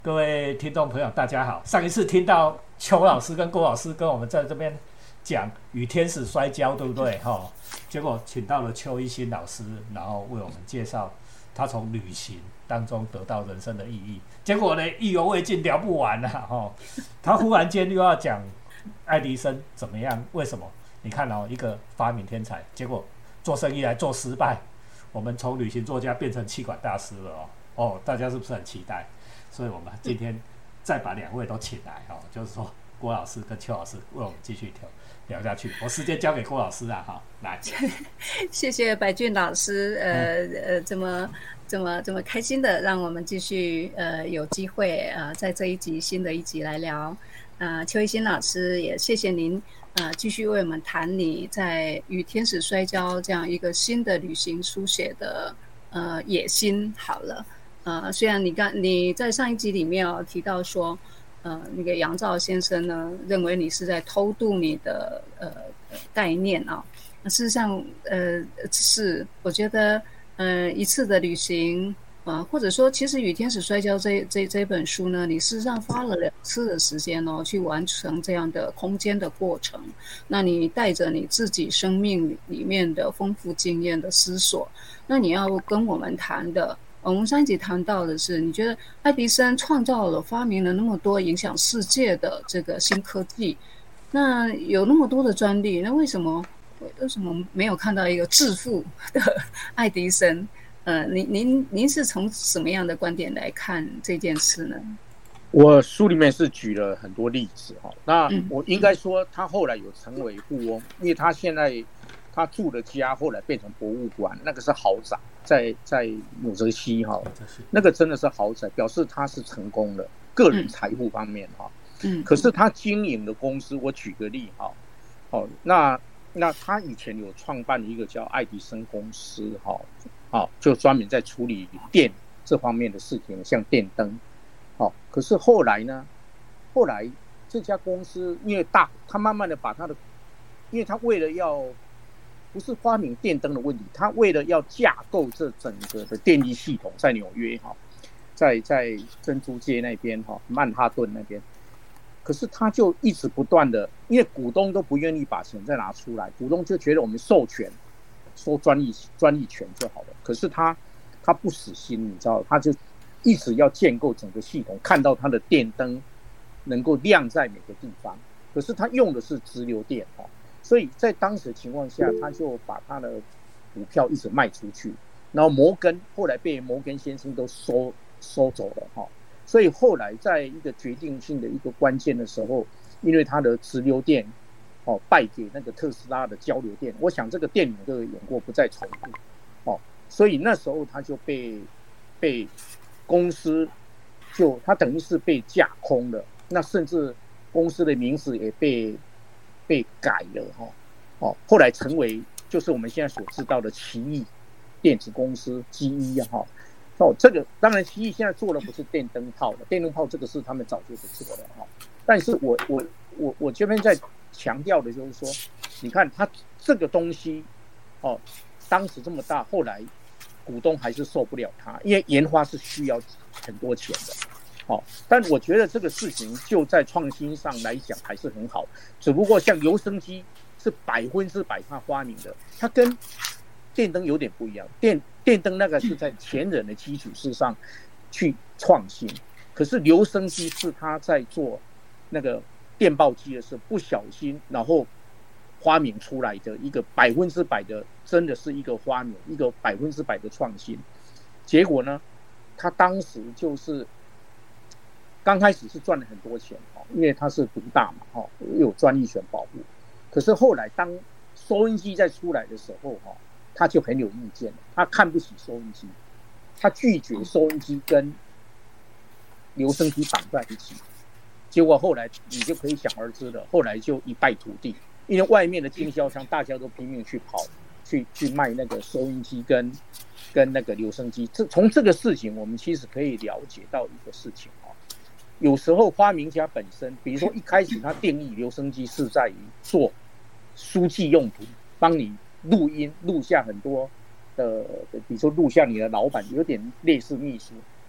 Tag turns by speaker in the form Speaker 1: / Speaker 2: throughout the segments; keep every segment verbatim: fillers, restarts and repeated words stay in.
Speaker 1: 各位听众朋友，大家好。上一次听到邱老师跟郭老师跟我们在这边讲与天使摔跤，对不对？哈，结果请到了邱一新老师，然后为我们介绍他从旅行当中得到人生的意义。结果呢，意犹未尽，聊不完啊！哈，他忽然间又要讲爱迪生怎么样？为什么？你看哦，一个发明天才，结果做生意来做失败，我们从旅行作家变成气管大师了哦。哦，大家是不是很期待？所以我们今天再把两位都请来哦，就是说郭老师跟邱老师为我们继续聊下去。我时间交给郭老师啊，哈，来，
Speaker 2: 谢谢白俊老师，呃呃，这么这么这么开心的让我们继续呃有机会呃在这一集新的一集来聊，呃，邱一新老师也谢谢您呃继续为我们谈你在与天使摔跤这样一个新的旅行书写的呃野心。好了。呃，虽然你刚你在上一集里面哦提到说，呃，那个杨照先生呢认为你是在偷渡你的呃概念啊、哦，事实上呃是我觉得呃一次的旅行，呃或者说其实与天使摔跤这这这本书呢，你事实上花了两次的时间哦去完成这样的空间的过程，那你带着你自己生命里面的丰富经验的思索，那你要跟我们谈的。我们上一集谈到的是，你觉得爱迪生创造了、发明了那么多影响世界的这个新科技，那有那么多的专利，那为什么为什么没有看到一个致富的爱迪生？呃，您您您是从什么样的观点来看这件事呢？
Speaker 3: 我书里面是举了很多例子哈，那我应该说他后来有成为富翁，因为他现在他住的家后来变成博物馆，那个是豪宅。在在纽泽西哈，那个真的是豪宅，表示他是成功了，个人财富方面哈。嗯。可是他经营的公司，我举个例哈，哦，那那他以前有创办一个叫爱迪生公司哈，哦，就专门在处理电这方面的事情，像电灯。哦，可是后来呢，后来这家公司因为大，他慢慢的把他的，因为他为了要。不是发明电灯的问题，他为了要架构这整个的电力系统，在纽约哈，在在珍珠街那边哈，曼哈顿那边，可是他就一直不断的，因为股东都不愿意把钱再拿出来，股东就觉得我们授权收专利专利权就好了。可是他他不死心，你知道，他就一直要建构整个系统，看到他的电灯能够亮在每个地方。可是他用的是直流电哈。所以在当时的情况下，他就把他的股票一直卖出去，然后摩根后来被摩根先生都收收走了哈。所以后来在一个决定性的一个关键的时候，因为他的直流电哦败给那个特斯拉的交流电，我想这个电影都有演过，不再重复哦。所以那时候他就被被公司就他等于是被架空了，那甚至公司的名字也被。被改了哈，哦，后来成为就是我们现在所知道的奇异电子公司基一哈，哦，这个当然奇异现在做的不是电灯泡了，电灯泡这个是他们早就不做了哈。但是我我我我这边在强调的就是说，你看他这个东西哦，当时这么大，后来股东还是受不了它，因为研发是需要很多钱的。哦，但我觉得这个事情就在创新上来讲还是很好，只不过像留声机是百分之百他发明的，它跟电灯有点不一样。电电灯那个是在前人的基础之上去创新，可是留声机是他在做那个电报机的时候不小心，然后发明出来的一个百分之百的，真的是一个发明，一个百分之百的创新。结果呢，他当时就是。刚开始是赚了很多钱，因为它是独大嘛，又有专利权保护。可是后来当收音机再出来的时候，他就很有意见了，他看不起收音机，他拒绝收音机跟留声机绑在一起。结果后来你就可以想而知了，后来就一败涂地，因为外面的经销商大家都拼命去跑，去去卖那个收音机跟跟那个留声机。这从这个事情，我们其实可以了解到一个事情。有时候发明家本身，比如说一开始他定义留声机是在于做书记用途，帮你录音录下很多的，比如说录下你的老板，有点类似秘书。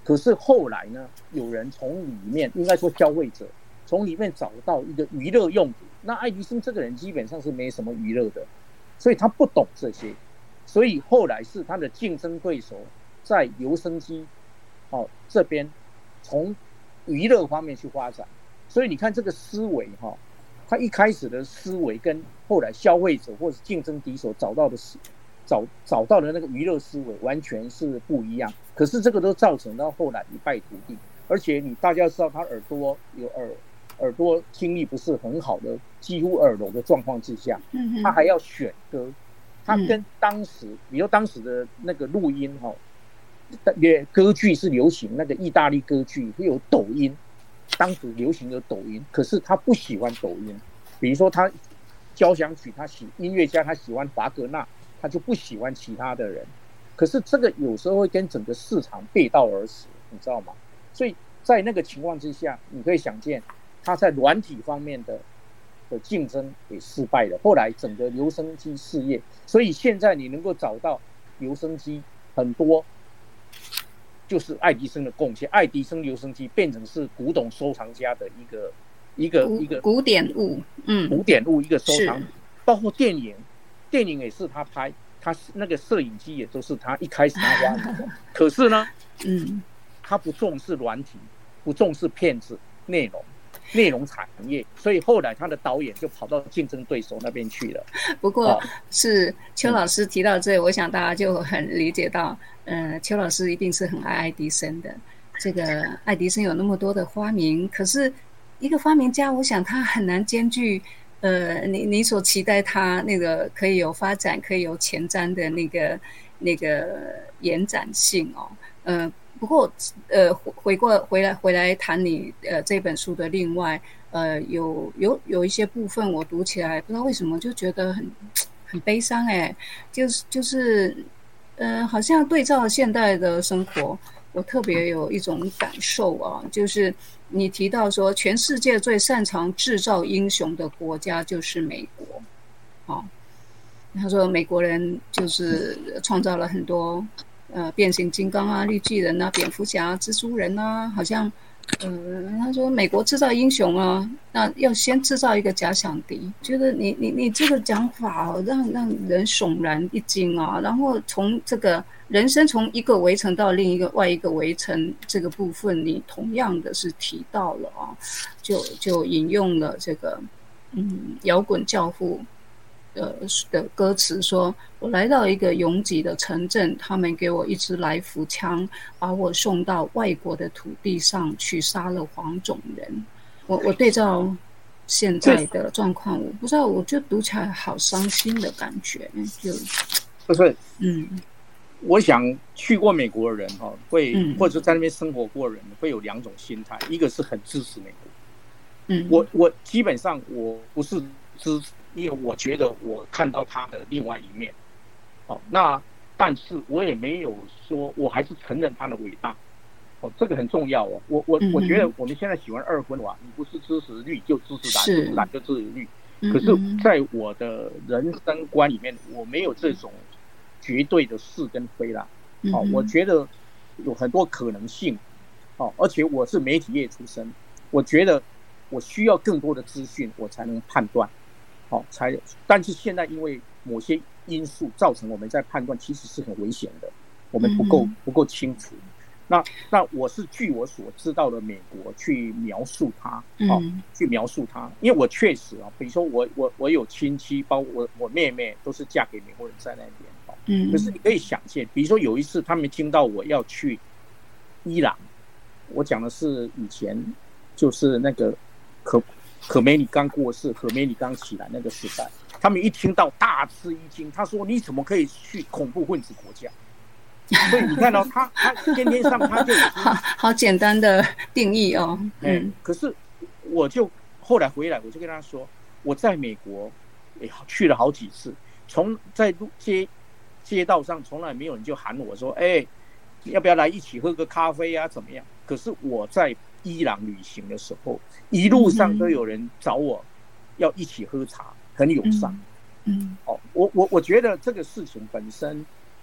Speaker 3: 可是后来呢，有人从里面，应该说消费者从里面找到一个娱乐用途。那爱迪生这个人基本上是没什么娱乐的，所以他不懂这些，所以后来是他的竞争对手在留声机、哦、这边从娱乐方面去发展。所以你看这个思维哈、哦，他一开始的思维跟后来消费者或者竞争敌手找到的找找到的那个娱乐思维完全是不一样。可是这个都造成到后来一败涂地，而且你大家知道他耳朵有耳耳朵听力不是很好的，几乎耳聋的状况之下，他还要选歌，他跟当时，比如当时的那个录音哈、哦，歌剧是流行那个意大利歌剧会有抖音，当时流行的抖音，可是他不喜欢抖音。比如说他交响曲，他喜音乐家他喜欢华格纳，他就不喜欢其他的人。可是这个有时候会跟整个市场背道而驰，你知道吗？所以在那个情况之下，你可以想见他在软体方面的的竞争也失败了。后来整个留声机事业，所以现在你能够找到留声机很多，就是爱迪生的贡献。爱迪生留声机变成是古董收藏家的一个一个一个
Speaker 2: 古典物，嗯，
Speaker 3: 古典物一个收藏，包括电影，电影也是他拍。他那个摄影机也都是他一开始他花的，可是呢，嗯，他不重视软体，不重视片子内容，内容产业，所以后来他的导演就跑到竞争对手那边去了。
Speaker 2: 不过是邱老师提到这，我想大家就很理解到，呃，邱老师一定是很爱爱迪生的。这个爱迪生有那么多的发明，可是一个发明家，我想他很难兼具。呃，你你所期待他那个可以有发展、可以有前瞻的那个那个延展性哦。呃，不过呃，回过回来回来谈你呃这本书的另外呃有有有一些部分我读起来不知道为什么就觉得很很悲伤哎，就是就是呃好像对照现代的生活，我特别有一种感受啊，就是你提到说全世界最擅长制造英雄的国家就是美国，哦，他说美国人就是创造了很多呃变形金刚啊、绿巨人啊、蝙蝠侠、蜘蛛人啊，好像呃他说美国制造英雄啊，那要先制造一个假想敌，觉得你你你这个讲法、哦、让让人悚然一惊啊，然后从这个人生从一个围城到另一个外一个围城这个部分，你同样的是提到了啊，就就引用了这个嗯摇滚教父呃的歌词说，我来到一个拥挤的城镇，他们给我一支来福枪，把我送到外国的土地上去杀了黄种人。我我对照现在的状况，我不知道，我就读起来好伤心的感觉，就
Speaker 3: 不是
Speaker 2: 嗯。
Speaker 3: 我想去过美国的人哈，会或者在那边生活过的人会有两种心态，一个是很支持美国，嗯，我我基本上我不是支持，因为我觉得我看到他的另外一面，哦，那但是我也没有说，我还是承认他的伟大，哦，这个很重要哦，我我我觉得我们现在喜欢二分法，你不是支持绿就支持蓝，支持蓝就支持绿，可是在我的人生观里面，我没有这种绝对的是跟非啦，哦，我觉得有很多可能性，哦，而且我是媒体业出身，我觉得我需要更多的资讯，我才能判断，哦，才。但是现在因为某些因素造成我们在判断其实是很危险的，我们不够不够清楚。那那我是据我所知道的美国去描述它，哦，去描述它，因为我确实啊，比如说我我我有亲戚，包括我我妹妹都是嫁给美国人在那边。嗯，可是你可以想见，比如说有一次他们听到我要去伊朗，我讲的是以前就是那个可可梅里刚过世，可梅里刚起来那个时代，他们一听到大吃一惊，他说你怎么可以去恐怖分子国家？所以你看到、哦、他他天天上他就
Speaker 2: 好好简单的定义哦，
Speaker 3: 嗯，可是我就后来回来，我就跟他说，我在美国也去了好几次，从在街街道上从来没有人就喊我说，哎、欸，要不要来一起喝个咖啡啊？怎么样？可是我在伊朗旅行的时候，一路上都有人找我要一起喝茶，很友善。嗯，哦，我我我觉得这个事情本身，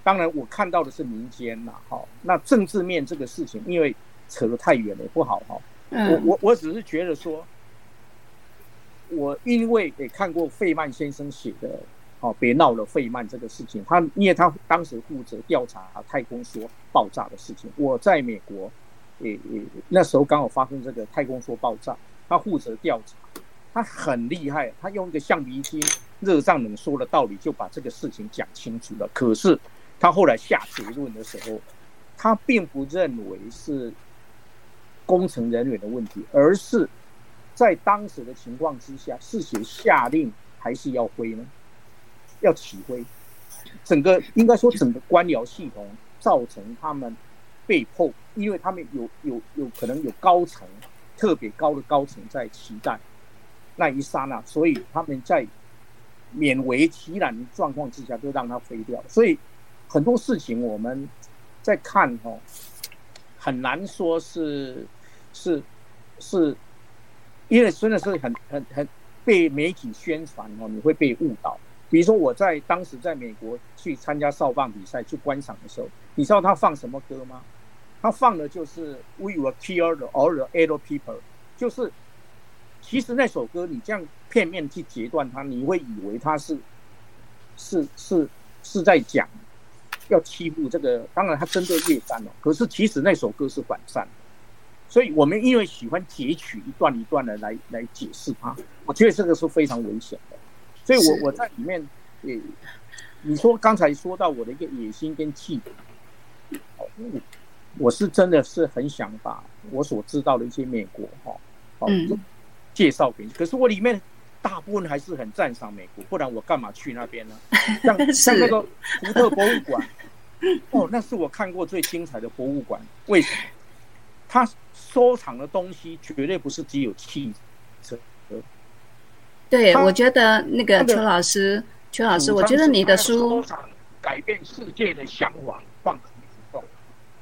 Speaker 3: 当然我看到的是民间啦，哈，那政治面这个事情，因为扯得太远了不好哈。我我我只是觉得说，我因为也看过费曼先生写的哦，别闹了费曼这个事情，他因为他当时负责调查太空梭爆炸的事情，我在美国也也那时候刚好发生这个太空梭爆炸，他负责调查，他很厉害，他用一个橡皮筋热胀冷缩的道理就把这个事情讲清楚了。可是他后来下结论的时候，他并不认为是工程人员的问题，而是在当时的情况之下，是谁下令还是要挥呢？要起挥，整个应该说整个官僚系统造成他们被迫，因为他们有有有可能有高层特别高的高层在期待那一刹那，所以他们在勉为其难的状况之下就让它飞掉。所以很多事情我们在看哦，很难说是是是，因为真的是很很很被媒体宣传哦，你会被误导。比如说我在当时在美国去参加少棒比赛去观赏的时候，你知道他放什么歌吗？他放的就是 We Will Kill All the Other People， 就是其实那首歌你这样片面去截断它，你会以为它是是是是在讲要欺负这个，当然他针对越战了，可是其实那首歌是反战的。所以我们因为喜欢截取一段一段的来来解释它，我觉得这个是非常危险的。所以我我在里面也，你说刚才说到我的一个野心跟气度，我是真的是很想把我所知道的一些美国哈，嗯，介绍给你。可是我里面大部分还是很赞赏美国，不然我干嘛去那边呢？像像那个福特博物馆，哦，那是我看过最精彩的博物馆。为什么？他收藏的东西绝对不是只有汽车。
Speaker 2: 对，我觉得那个邱老师，邱老师，我觉得你的书
Speaker 3: 改变世界的想法，放弃主动。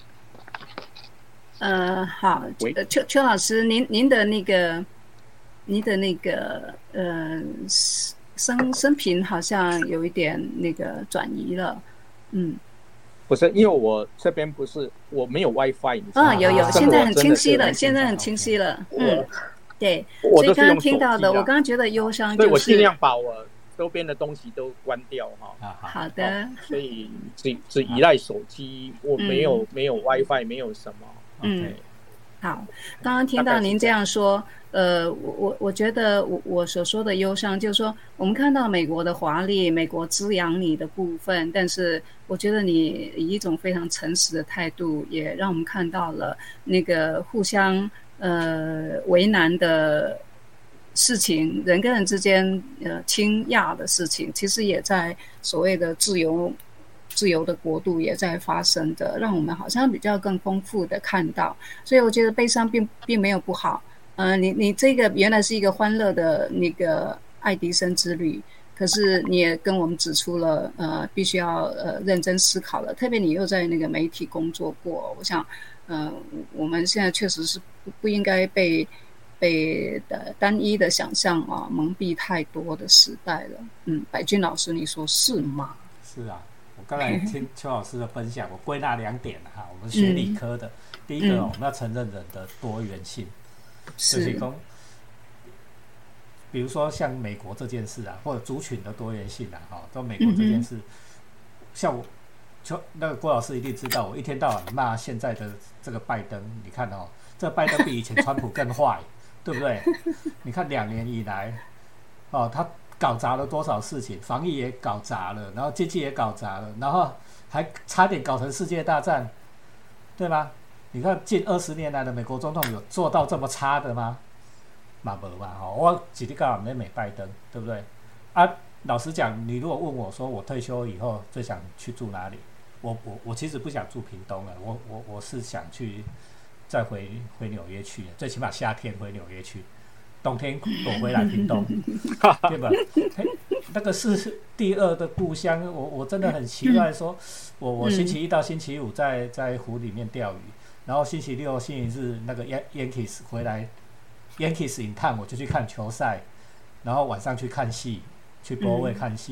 Speaker 2: 呃，好，邱邱老师，您您的那个，您的那个呃生生平好像有一点那个转移了，嗯。
Speaker 4: 不是，因为我这边不是我没有 WiFi， 你知道吗？
Speaker 2: 啊，有有，现在很清晰了，现在很清晰了，嗯。对，所以刚刚听到的，我刚刚觉得忧伤，就是，
Speaker 4: 所以我尽量把我周边的东西都关掉哈。
Speaker 2: 好的。
Speaker 4: 所以只只依赖手机，我没有、嗯、没有 WiFi， 没有什么。
Speaker 2: 嗯，好，刚刚听到您这样说，呃，我我我觉得我我所说的忧伤，就是说我们看到美国的华丽，美国滋养你的部分，但是我觉得你以一种非常诚实的态度，也让我们看到了那个互相。呃，为难的事情，人跟人之间呃倾轧的事情，其实也在所谓的自由自由的国度也在发生的，让我们好像比较更丰富的看到。所以我觉得悲伤并并没有不好。呃，你你这个原来是一个欢乐的那个爱迪生之旅，可是你也跟我们指出了，呃，必须要呃认真思考了。特别你又在那个媒体工作过，我想。呃，我们现在确实是不不应该被被的单一的想象啊蒙蔽太多的时代了。嗯，百君老师，你说是吗？
Speaker 1: 是啊，我刚才听邱老师的分享，我归纳两点哈。我们学理科的，嗯、第一个、哦、我们要承认人的多元性，
Speaker 2: 是、就是说，
Speaker 1: 比如说像美国这件事啊，或者族群的多元性啊，哈，到美国这件事，嗯、像我。那个郭老师一定知道，我一天到晚骂现在的这个拜登，你看哦，这个拜登比以前川普更坏，对不对？你看两年以来，哦，他搞砸了多少事情，防疫也搞砸了，然后经济也搞砸了，然后还差点搞成世界大战，对吗？你看近二十年来的美国总统有做到这么差的吗？嘛没嘛，哦，我几天刚好没美拜登，对不对？啊，老实讲，你如果问我说我退休以后最想去住哪里？我我我其实不想住屏东了，我我我是想去再回回纽约去，最起码夏天回纽约去，冬天躲回来屏东，对吧？那个是第二的故乡，我我真的很奇怪说，说我我星期一到星期五在在湖里面钓鱼，然后星期六、星期日那个 Yankees 回来 ，Yankees in town 我就去看球赛，然后晚上去看戏，去波位看戏。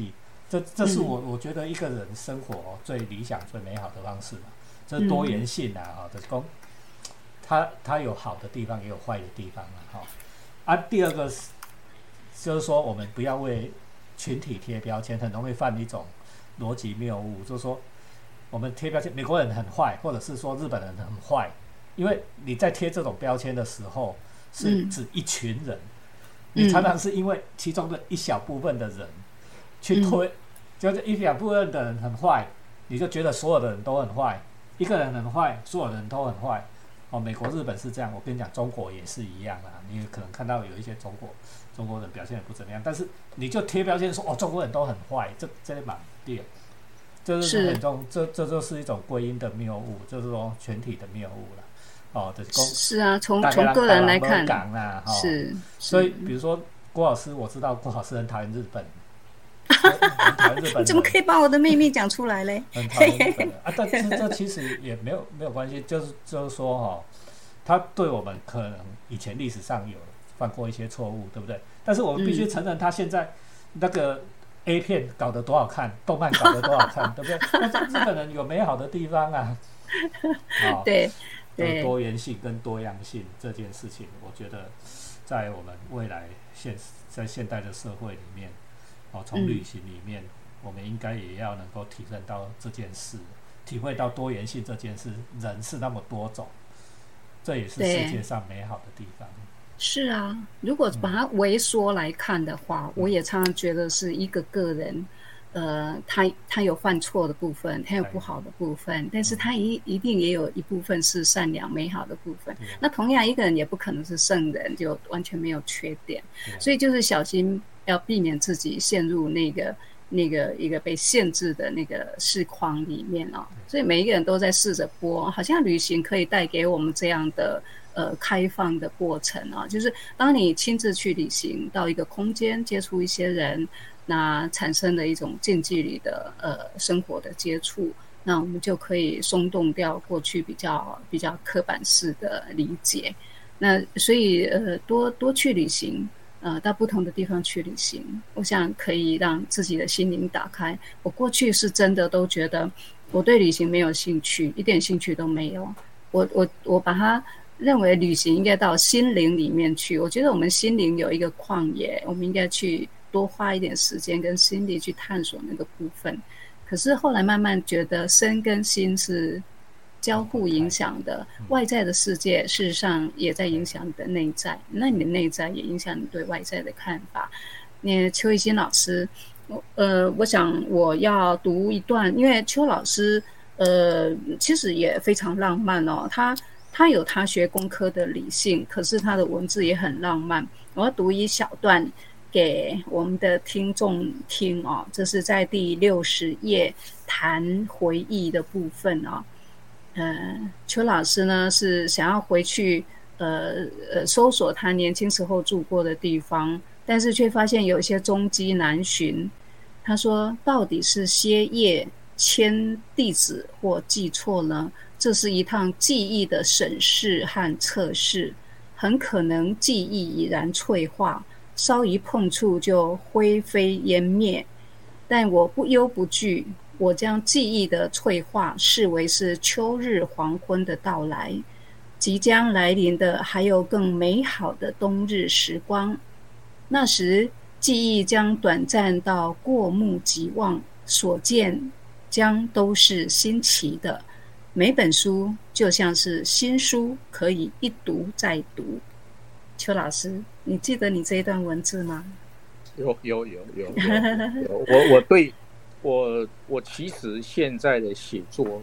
Speaker 1: 这这是我我觉得一个人生活最理想、最美好的方式嘛。这是多元性啊，哈、嗯，就是讲，它它有好的地方，也有坏的地方嘛，哈。啊，第二个就是说，我们不要为群体贴标签，很容易犯一种逻辑谬误，就是说，我们贴标签，美国人很坏，或者是说日本人很坏，因为你在贴这种标签的时候，是指一群人，嗯、你常常是因为其中的一小部分的人去推，嗯、就是一小部分的人很坏，你就觉得所有的人都很坏。一个人很坏，所有人都很坏。哦，美国、日本是这样，我跟你讲，中国也是一样啦。你可能看到有一些中国中国人表现也不怎么样，但是你就贴标签说哦，中国人都很坏，这这蛮对，这是很重，这这就是一种归因的谬误，就是说全体的谬误了。哦，就是
Speaker 2: 是啊，从从个人来看，
Speaker 1: 啦哦、
Speaker 2: 是, 是。
Speaker 1: 所以比如说郭老师，我知道郭老师很讨厌日本。很讨厌日本人，
Speaker 2: 你怎么可以把我的秘密讲出来嘞？
Speaker 1: 很讨厌日本人啊，但是这其实也没有没有关系，就是就是说哈、哦，他对我们可能以前历史上有犯过一些错误，对不对？但是我们必须承认，他现在那个 A 片搞得多好看，动漫搞得多好看，对不对？但是日本人有美好的地方啊，
Speaker 2: 哦、对对，
Speaker 1: 多元性跟多样性这件事情，我觉得在我们未来现在现代的社会里面。哦，从旅行里面、嗯，我们应该也要能够体认到这件事，体会到多元性这件事，人是那么多种，这也是世界上美好的地方。
Speaker 2: 是啊，如果把它微缩来看的话，嗯、我也常常觉得是一个个人，呃，他他有犯错的部分，他有不好的部分，但是他一一定也有一部分是善良美好的部分。那同样一个人也不可能是圣人，就完全没有缺点，所以就是小心。要避免自己陷入那个那个一个被限制的那个视框里面哦，所以每一个人都在试着播，好像旅行可以带给我们这样的呃开放的过程啊，就是当你亲自去旅行到一个空间，接触一些人，那产生了一种近距离的呃生活的接触，那我们就可以松动掉过去比较比较刻板式的理解，那所以呃多多去旅行。呃，到不同的地方去旅行，我想可以让自己的心灵打开。我过去是真的都觉得我对旅行没有兴趣，一点兴趣都没有。我我我把它认为旅行应该到心灵里面去。我觉得我们心灵有一个旷野，我们应该去多花一点时间跟心力去探索那个部分。可是后来慢慢觉得身跟心是交互影响的，外在的世界事实上也在影响你的内在，那你的内在也影响你对外在的看法。那邱一新老师，呃，我想我要读一段，因为邱老师，呃，其实也非常浪漫哦，他他有他学工科的理性，可是他的文字也很浪漫。我要读一小段给我们的听众听哦，这是在第六十页谈回忆的部分哦。呃，邱老师呢是想要回去呃呃搜索他年轻时候住过的地方，但是却发现有一些踪迹难寻。他说，到底是歇业、迁地址或记错呢？这是一趟记忆的审视和测试，很可能记忆已然脆化，稍一碰触就灰飞烟灭。但我不忧不惧。我将记忆的脆化视为是秋日黄昏的到来，即将来临的还有更美好的冬日时光。那时记忆将短暂到过目即忘，所见将都是新奇的。每本书就像是新书，可以一读再读。邱老师，你记得你这一段文字吗？
Speaker 3: 有有有有 有, 有我我对我我其实现在的写作，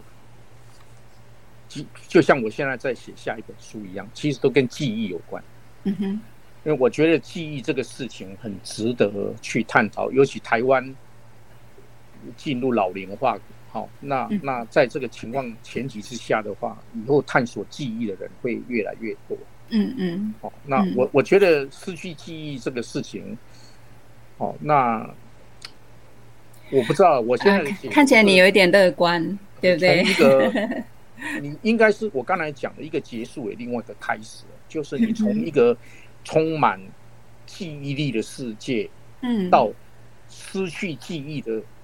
Speaker 3: 就像我现在在写下一本书一样，其实都跟记忆有关。
Speaker 2: 嗯哼，
Speaker 3: 因为我觉得记忆这个事情很值得去探讨，尤其台湾进入老龄化，好，那那在这个情况前提之下的话，以后探索记忆的人会越来越多。
Speaker 2: 嗯嗯，
Speaker 3: 好，那我我觉得失去记忆这个事情，好，那。我不知道，我现在的、
Speaker 2: 啊、看起来你有一点乐观，对不对？
Speaker 3: 从一个，你应该是我刚才讲的一个结束，也另外一个开始，就是你从一个充满记忆力的世界，嗯，到失去记忆的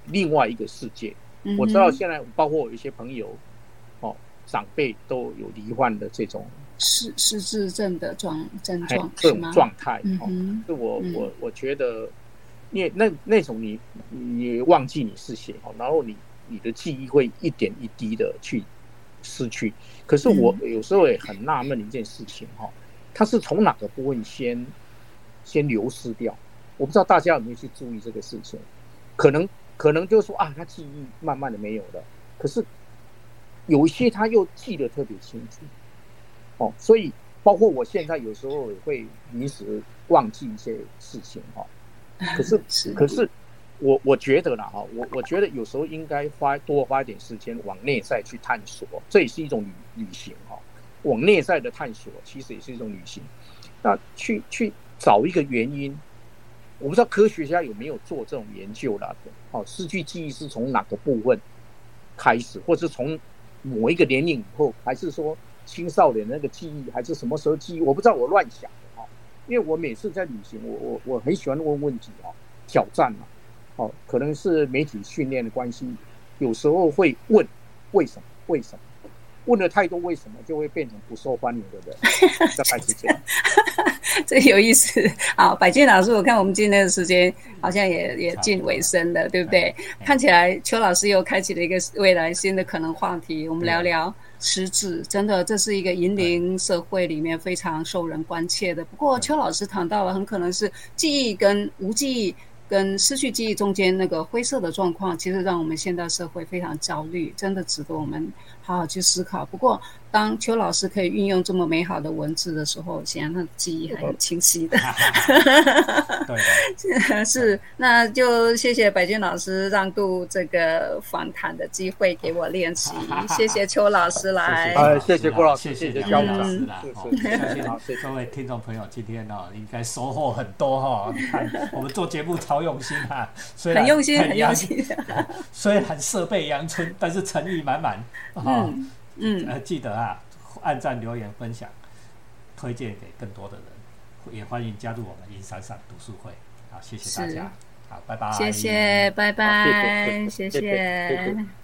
Speaker 3: 另外一个世界。
Speaker 2: 嗯、
Speaker 3: 我知道现在包括我有一些朋友，哦，长辈都有罹患的这种
Speaker 2: 失失智症的状症状，
Speaker 3: 这种状态。
Speaker 2: 嗯、
Speaker 3: 哦，是我我我觉得，因为那那种你你忘记你是谁，然后你你的记忆会一点一滴的去失去。可是我有时候也很纳闷一件事情哈，它是从哪个部分先先流失掉？我不知道大家有没有去注意这个事情？可能可能就是说啊，他记忆慢慢的没有了，可是有一些他又记得特别清楚，哦，所以包括我现在有时候也会临时忘记一些事情哈。可是可是我我觉得啦哈，我我觉得有时候应该花多花一点时间往内在去探索，这也是一种旅旅行哈。往内在的探索其实也是一种旅行，那去去找一个原因。我不知道科学家有没有做这种研究啦？哦，失去记忆是从哪个部分开始，或是从某一个年龄以后，还是说青少年那个记忆，还是什么时候记忆？我不知道，我乱想的哈。因为我每次在旅行，我我我很喜欢问问题哦，挑战嘛，哦，可能是媒体训练的关系，有时候会问为什么？为什么？问了太多为什么，就会变成不受欢迎的人，大概是这样。
Speaker 2: 这有意思。好，百俊老师，我看我们今天的时间好像也也近尾声了，对不对？看起来邱老师又开启了一个未来新的可能话题，我们聊聊失智。真的，这是一个银龄社会里面非常受人关切的。不过邱老师谈到了，很可能是记忆跟无记忆跟失去记忆中间那个灰色的状况，其实让我们现代社会非常焦虑，真的值得我们好好去思考。不过当邱老师可以运用这么美好的文字的时候，显然他的记忆还很清晰的。对，是，那就谢谢百俊老师让渡这个访谈的机会给我练习，谢谢邱老师来，
Speaker 3: 谢谢, 谢谢郭老师，
Speaker 1: 谢谢
Speaker 3: 肖老
Speaker 1: 师啦。相信各位听众朋友今天哦，应该收获很多哈、哦。你看我们做节目超用心哈、啊，虽然
Speaker 2: 很用心，很用心，
Speaker 1: 虽然设备阳春，但是诚意满满。哦、
Speaker 2: 嗯。嗯，
Speaker 1: 呃，记得啊，按赞、留言、分享，推荐给更多的人，也欢迎加入我们银闪闪读书会。好，谢谢大家，好，拜拜，
Speaker 2: 谢谢，拜拜，谢谢。
Speaker 3: 谢谢。